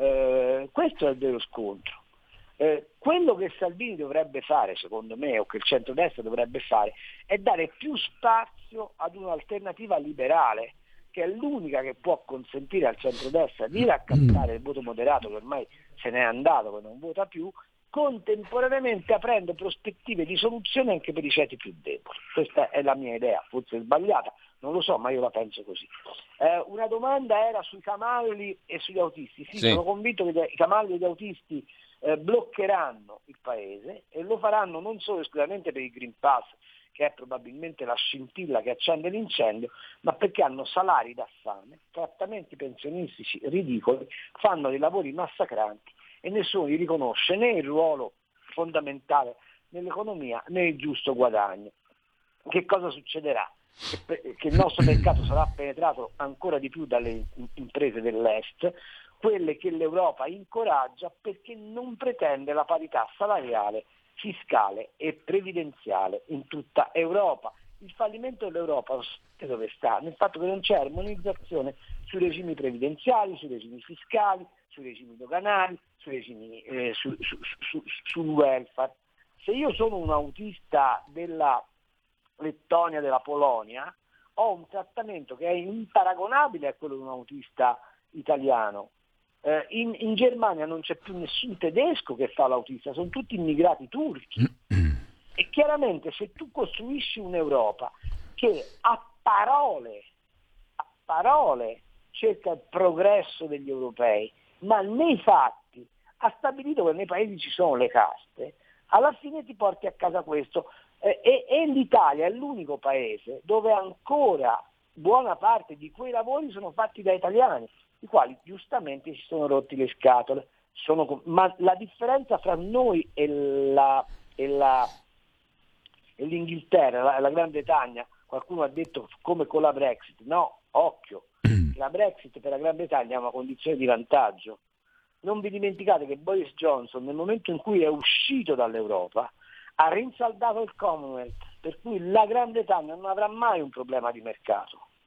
Eh, questo è il vero scontro. Eh, quello che Salvini dovrebbe fare, secondo me, o che il centrodestra dovrebbe fare, è dare più spazio ad un'alternativa liberale, che è l'unica che può consentire al centrodestra di raccattare il voto moderato, che ormai se n'è andato, che non vota più, contemporaneamente aprendo prospettive di soluzione anche per i ceti più deboli. Questa è la mia idea, forse è sbagliata, non lo so, ma io la penso così. Eh, una domanda era sui camalli e sugli autisti. Sì, sì. Sono convinto che i camalli e gli autisti eh, bloccheranno il paese, e lo faranno non solo esclusivamente per il Green Pass, che è probabilmente la scintilla che accende l'incendio, ma perché hanno salari da fame, trattamenti pensionistici ridicoli, fanno dei lavori massacranti e nessuno gli riconosce né il ruolo fondamentale nell'economia né il giusto guadagno. Che cosa succederà? Che, che il nostro mercato sarà penetrato ancora di più dalle imprese dell'Est, quelle che l'Europa incoraggia perché non pretende la parità salariale, fiscale e previdenziale in tutta Europa. Il fallimento dell'Europa dove sta? Nel fatto che non c'è armonizzazione sui regimi previdenziali, sui regimi fiscali, sui regimi doganali, sui regimi, eh, su, su, su, sul welfare. Se io sono un autista della Lettonia, della Polonia, ho un trattamento che è imparagonabile a quello di un autista italiano. Eh, in, in Germania non c'è più nessun tedesco che fa l'autista, sono tutti immigrati turchi. E chiaramente se tu costruisci un'Europa che a parole, a parole cerca il progresso degli europei, ma nei fatti ha stabilito che nei paesi ci sono le caste, alla fine ti porti a casa questo. Eh, e, e l'Italia è l'unico paese dove ancora buona parte di quei lavori sono fatti da italiani, i quali giustamente si sono rotti le scatole. Sono, ma la differenza fra noi e, la, e, la, e l'Inghilterra, la, la Gran Bretagna, qualcuno ha detto come con la Brexit, no, occhio, la Brexit per la Gran Bretagna è una condizione di vantaggio. Non vi dimenticate che Boris Johnson, nel momento in cui è uscito dall'Europa, ha rinsaldato il Commonwealth, per cui la Gran Bretagna non avrà mai un problema di mercato.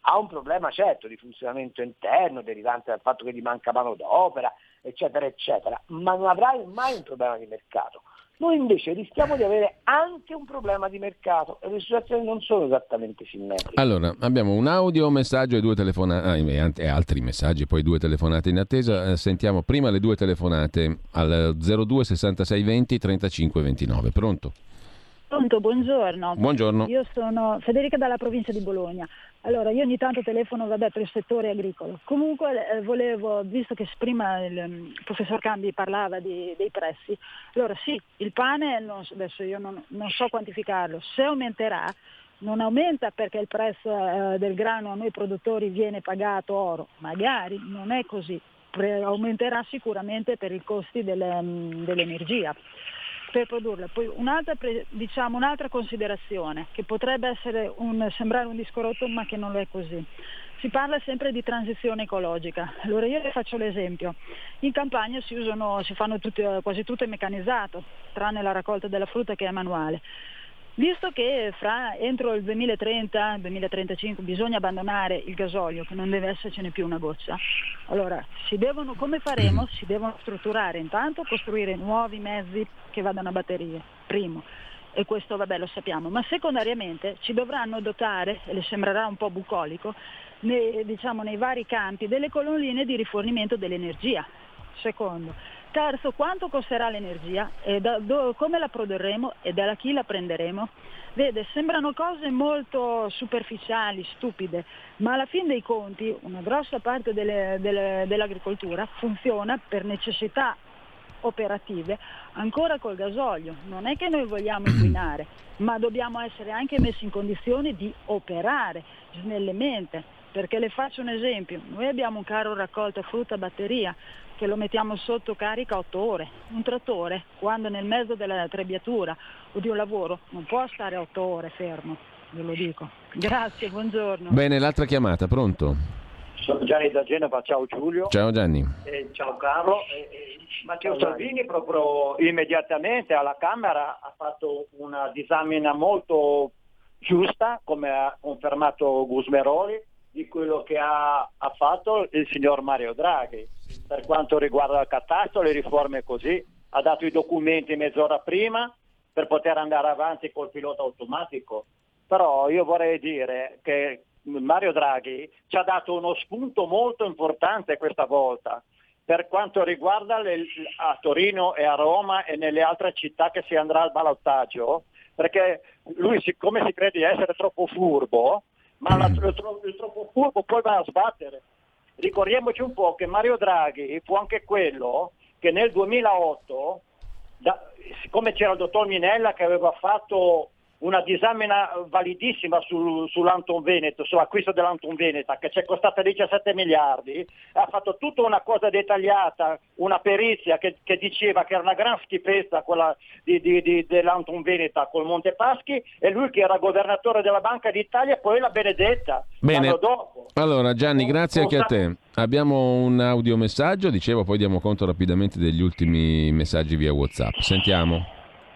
ha un problema certo di funzionamento interno derivante dal fatto che gli manca manodopera, eccetera, eccetera, ma non avrà mai un problema di mercato. Noi invece rischiamo di avere anche un problema di mercato e le situazioni non sono esattamente simmetriche. Allora, abbiamo un audio, un messaggio e due telefonate, ah, e altri messaggi, poi due telefonate in attesa. Eh, sentiamo prima le due telefonate al zero due sessantasei venti trentacinque ventinove. Pronto? Pronto, buongiorno. Buongiorno. Io sono Federica dalla provincia di Bologna. Allora, io ogni tanto telefono, vabbè, per il settore agricolo. Comunque eh, volevo, visto che prima il, il professor Cambi parlava di, dei prezzi, allora sì, il pane, non, adesso io non, non so quantificarlo, se aumenterà, non aumenta perché il prezzo eh, del grano a noi produttori viene pagato oro, magari non è così, Pre- aumenterà sicuramente per i costi delle, dell'energia per produrla. Poi un'altra, diciamo, un'altra considerazione che potrebbe essere un, sembrare un disco rotto ma che non lo è così. Si parla sempre di transizione ecologica. Allora io le faccio l'esempio. In campagna si usano, si fanno tutti, quasi tutto è meccanizzato, tranne la raccolta della frutta che è manuale. Visto che fra entro il duemilatrenta duemilatrentacinque bisogna abbandonare il gasolio, che non deve essercene più una goccia, allora si devono, come faremo? Si devono strutturare intanto, costruire nuovi mezzi che vadano a batterie, primo, e questo vabbè lo sappiamo, ma secondariamente ci dovranno dotare, e le sembrerà un po' bucolico, nei, diciamo nei vari campi delle colonnine di rifornimento dell'energia, secondo. Terzo, quanto costerà l'energia e da, do, come la produrremo e da chi la prenderemo? Vede, sembrano cose molto superficiali, stupide, ma alla fin dei conti una grossa parte delle, delle, dell'agricoltura funziona per necessità operative ancora col gasolio. Non è che noi vogliamo inquinare, ma dobbiamo essere anche messi in condizioni di operare snellemente, perché le faccio un esempio, noi abbiamo un carro raccolta frutta a batteria che lo mettiamo sotto carica otto ore. Un trattore, quando nel mezzo della trebbiatura o di un lavoro, non può stare otto ore fermo, ve lo dico. Grazie, buongiorno. Bene, l'altra chiamata, pronto? Sono Gianni da Genova, ciao Giulio. Ciao Gianni. Eh, ciao Carlo. Eh, eh, Matteo Salvini proprio immediatamente alla Camera ha fatto una disamina molto giusta, come ha confermato Gusmeroli, di quello che ha, ha fatto il signor Mario Draghi per quanto riguarda il catasto, le riforme così, ha dato i documenti mezz'ora prima per poter andare avanti col pilota automatico. Però io vorrei dire che Mario Draghi ci ha dato uno spunto molto importante questa volta per quanto riguarda le, a Torino e a Roma e nelle altre città che si andrà al ballottaggio, perché lui, siccome si crede di essere troppo furbo, ma la, il, il troppo furbo poi va a sbattere. Ricordiamoci un po' che Mario Draghi fu anche quello che nel duemilaotto, da, siccome c'era il dottor Minella che aveva fatto una disamina validissima sul, sull'Anton Veneto, sull'acquisto dell'Anton Veneta, che ci è costata diciassette miliardi, ha fatto tutta una cosa dettagliata, una perizia che, che diceva che era una gran schifezza quella di, di, di, dell'Anton Veneta col Montepaschi, e lui che era governatore della Banca d'Italia poi la benedetta. Bene, dopo. Allora Gianni, grazie anche a te. Abbiamo un audiomessaggio, dicevo, poi diamo conto rapidamente degli ultimi messaggi via WhatsApp. Sentiamo.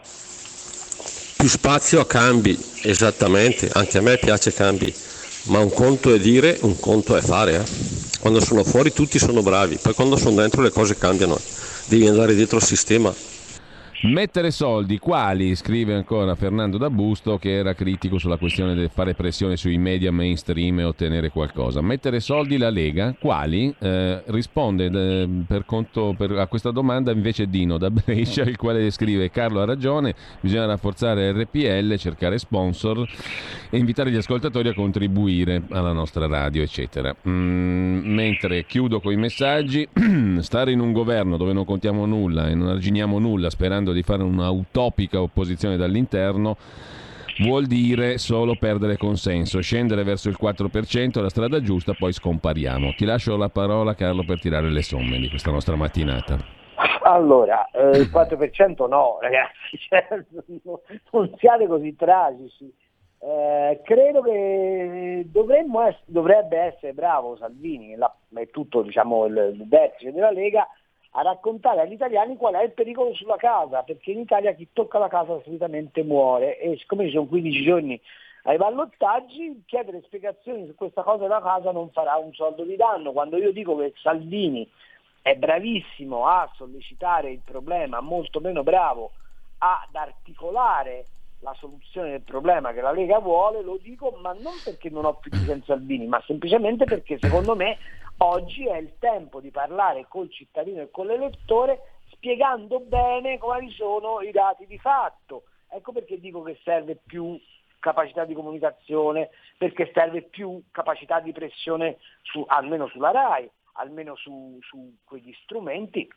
Più spazio a cambi, esattamente, anche a me piace cambi, ma un conto è dire, un conto è fare. Eh? Quando sono fuori tutti sono bravi, poi quando sono dentro le cose cambiano, devi andare dietro il sistema. Mettere soldi, quali? Scrive ancora Fernando da Busto, che era critico sulla questione del fare pressione sui media mainstream e ottenere qualcosa. Mettere soldi la Lega, quali? Eh, risponde eh, per conto per, a questa domanda invece Dino da Brescia, il quale scrive: Carlo ha ragione, bisogna rafforzare R P L, cercare sponsor e invitare gli ascoltatori a contribuire alla nostra radio, eccetera. Mm, mentre chiudo con i messaggi, stare in un governo dove non contiamo nulla e non arginiamo nulla sperando di fare una utopica opposizione dall'interno vuol dire solo perdere consenso, scendere verso il quattro per cento è la strada giusta, poi scompariamo. Ti lascio la parola, Carlo, per tirare le somme di questa nostra mattinata. Allora, eh, il quattro per cento no, ragazzi, cioè, non, non siate così tragici. Eh, credo che dovremmo ess- dovrebbe essere bravo Salvini e tutto, diciamo, il, il vertice della Lega a raccontare agli italiani qual è il pericolo sulla casa, perché in Italia chi tocca la casa assolutamente muore, e siccome ci sono quindici giorni ai ballottaggi, chiedere spiegazioni su questa cosa da casa non farà un soldo di danno. Quando io dico che Salvini è bravissimo a sollecitare il problema, molto meno bravo ad articolare la soluzione del problema che la Lega vuole, lo dico ma non perché non ho fiducia in Salvini, ma semplicemente perché secondo me oggi è il tempo di parlare col cittadino e con l'elettore spiegando bene quali sono i dati di fatto. Ecco perché dico che serve più capacità di comunicazione, perché serve più capacità di pressione su, almeno sulla RAI, almeno su, su quegli strumenti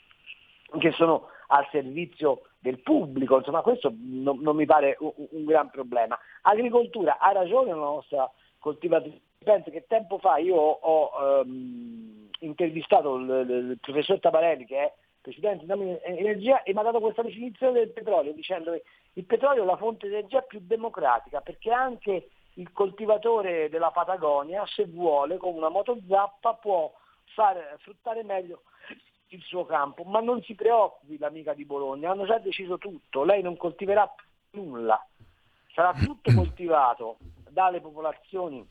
che sono al servizio del pubblico. Insomma, questo non, non mi pare un, un gran problema. Agricoltura, ha ragione la nostra coltivatrice. Penso che tempo fa io ho, ho um, intervistato il, il professor Tabarelli, che è presidente di Energia, e mi ha dato questa definizione del petrolio, dicendo che il petrolio è la fonte di energia più democratica, perché anche il coltivatore della Patagonia, se vuole, con una motozappa può far fruttare meglio il suo campo. Ma non si preoccupi l'amica di Bologna, hanno già deciso tutto, lei non coltiverà nulla, sarà tutto coltivato dalle popolazioni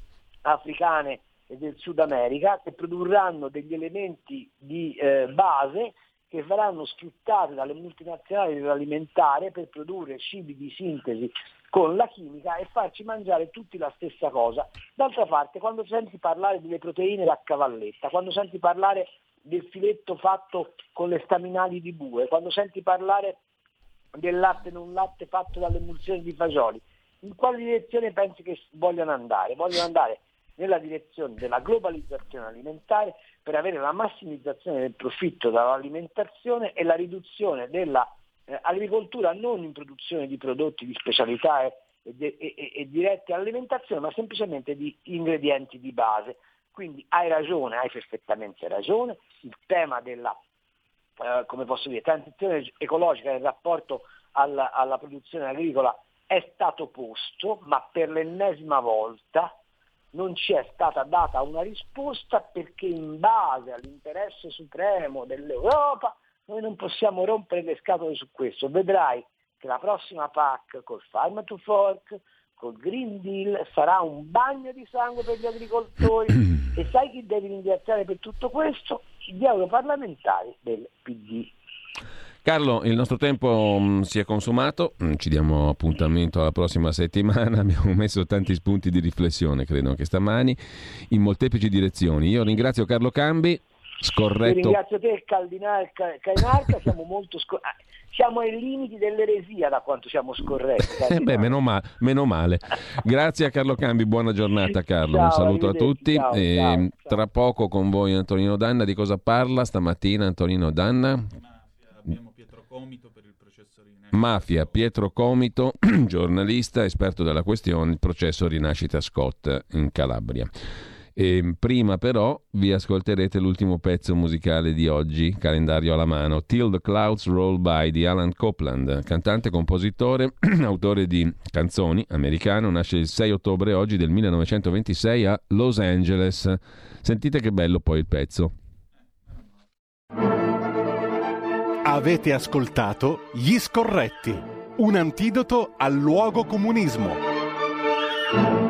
africane e del Sud America, che produrranno degli elementi di eh, base che verranno sfruttati dalle multinazionali dell'alimentare per produrre cibi di sintesi con la chimica e farci mangiare tutti la stessa cosa. D'altra parte, quando senti parlare delle proteine da cavalletta, quando senti parlare del filetto fatto con le staminali di bue, quando senti parlare del latte non latte fatto dall'emulsione di fagioli, in quale direzione pensi che vogliono andare? Vogliono andare nella direzione della globalizzazione alimentare per avere la massimizzazione del profitto dall'alimentazione e la riduzione dell'agricoltura eh, non in produzione di prodotti di specialità e, e, e, e diretti all'alimentazione, ma semplicemente di ingredienti di base. Quindi hai ragione, hai perfettamente ragione, il tema della eh, come posso dire, transizione ecologica nel rapporto alla, alla produzione agricola è stato posto, ma per l'ennesima volta non ci è stata data una risposta, perché in base all'interesse supremo dell'Europa noi non possiamo rompere le scatole su questo. Vedrai che la prossima P A C col Farm to Fork, col Green Deal, sarà un bagno di sangue per gli agricoltori. E sai chi devi ringraziare per tutto questo? Gli europarlamentari del P D. Carlo, il nostro tempo mh, si è consumato, mh, ci diamo appuntamento alla prossima settimana, abbiamo messo tanti spunti di riflessione, credo anche stamani, in molteplici direzioni. Io ringrazio Carlo Cambi, scorretto... Io ringrazio te, Caldinarca, Cainarca, siamo molto scor- siamo ai limiti dell'eresia da quanto siamo scorretti. Eh beh, meno, ma- meno male. Grazie a Carlo Cambi, buona giornata Carlo, ciao, un saluto a tutti. Ciao, e ciao, ciao. Tra poco con voi Antonino Danna. Di cosa parla stamattina Antonino Danna? Abbiamo Pietro Comito per il processo Rinascita. Mafia, Pietro Comito, giornalista, esperto della questione, il processo Rinascita Scott in Calabria. E prima però vi ascolterete l'ultimo pezzo musicale di oggi, calendario alla mano, Till the Clouds Roll By di Alan Copland, cantante, compositore, autore di canzoni, americano, nasce il sei ottobre oggi del millenovecentoventisei a Los Angeles. Sentite che bello poi il pezzo. Avete ascoltato Gli Scorretti, un antidoto al luogo comunismo.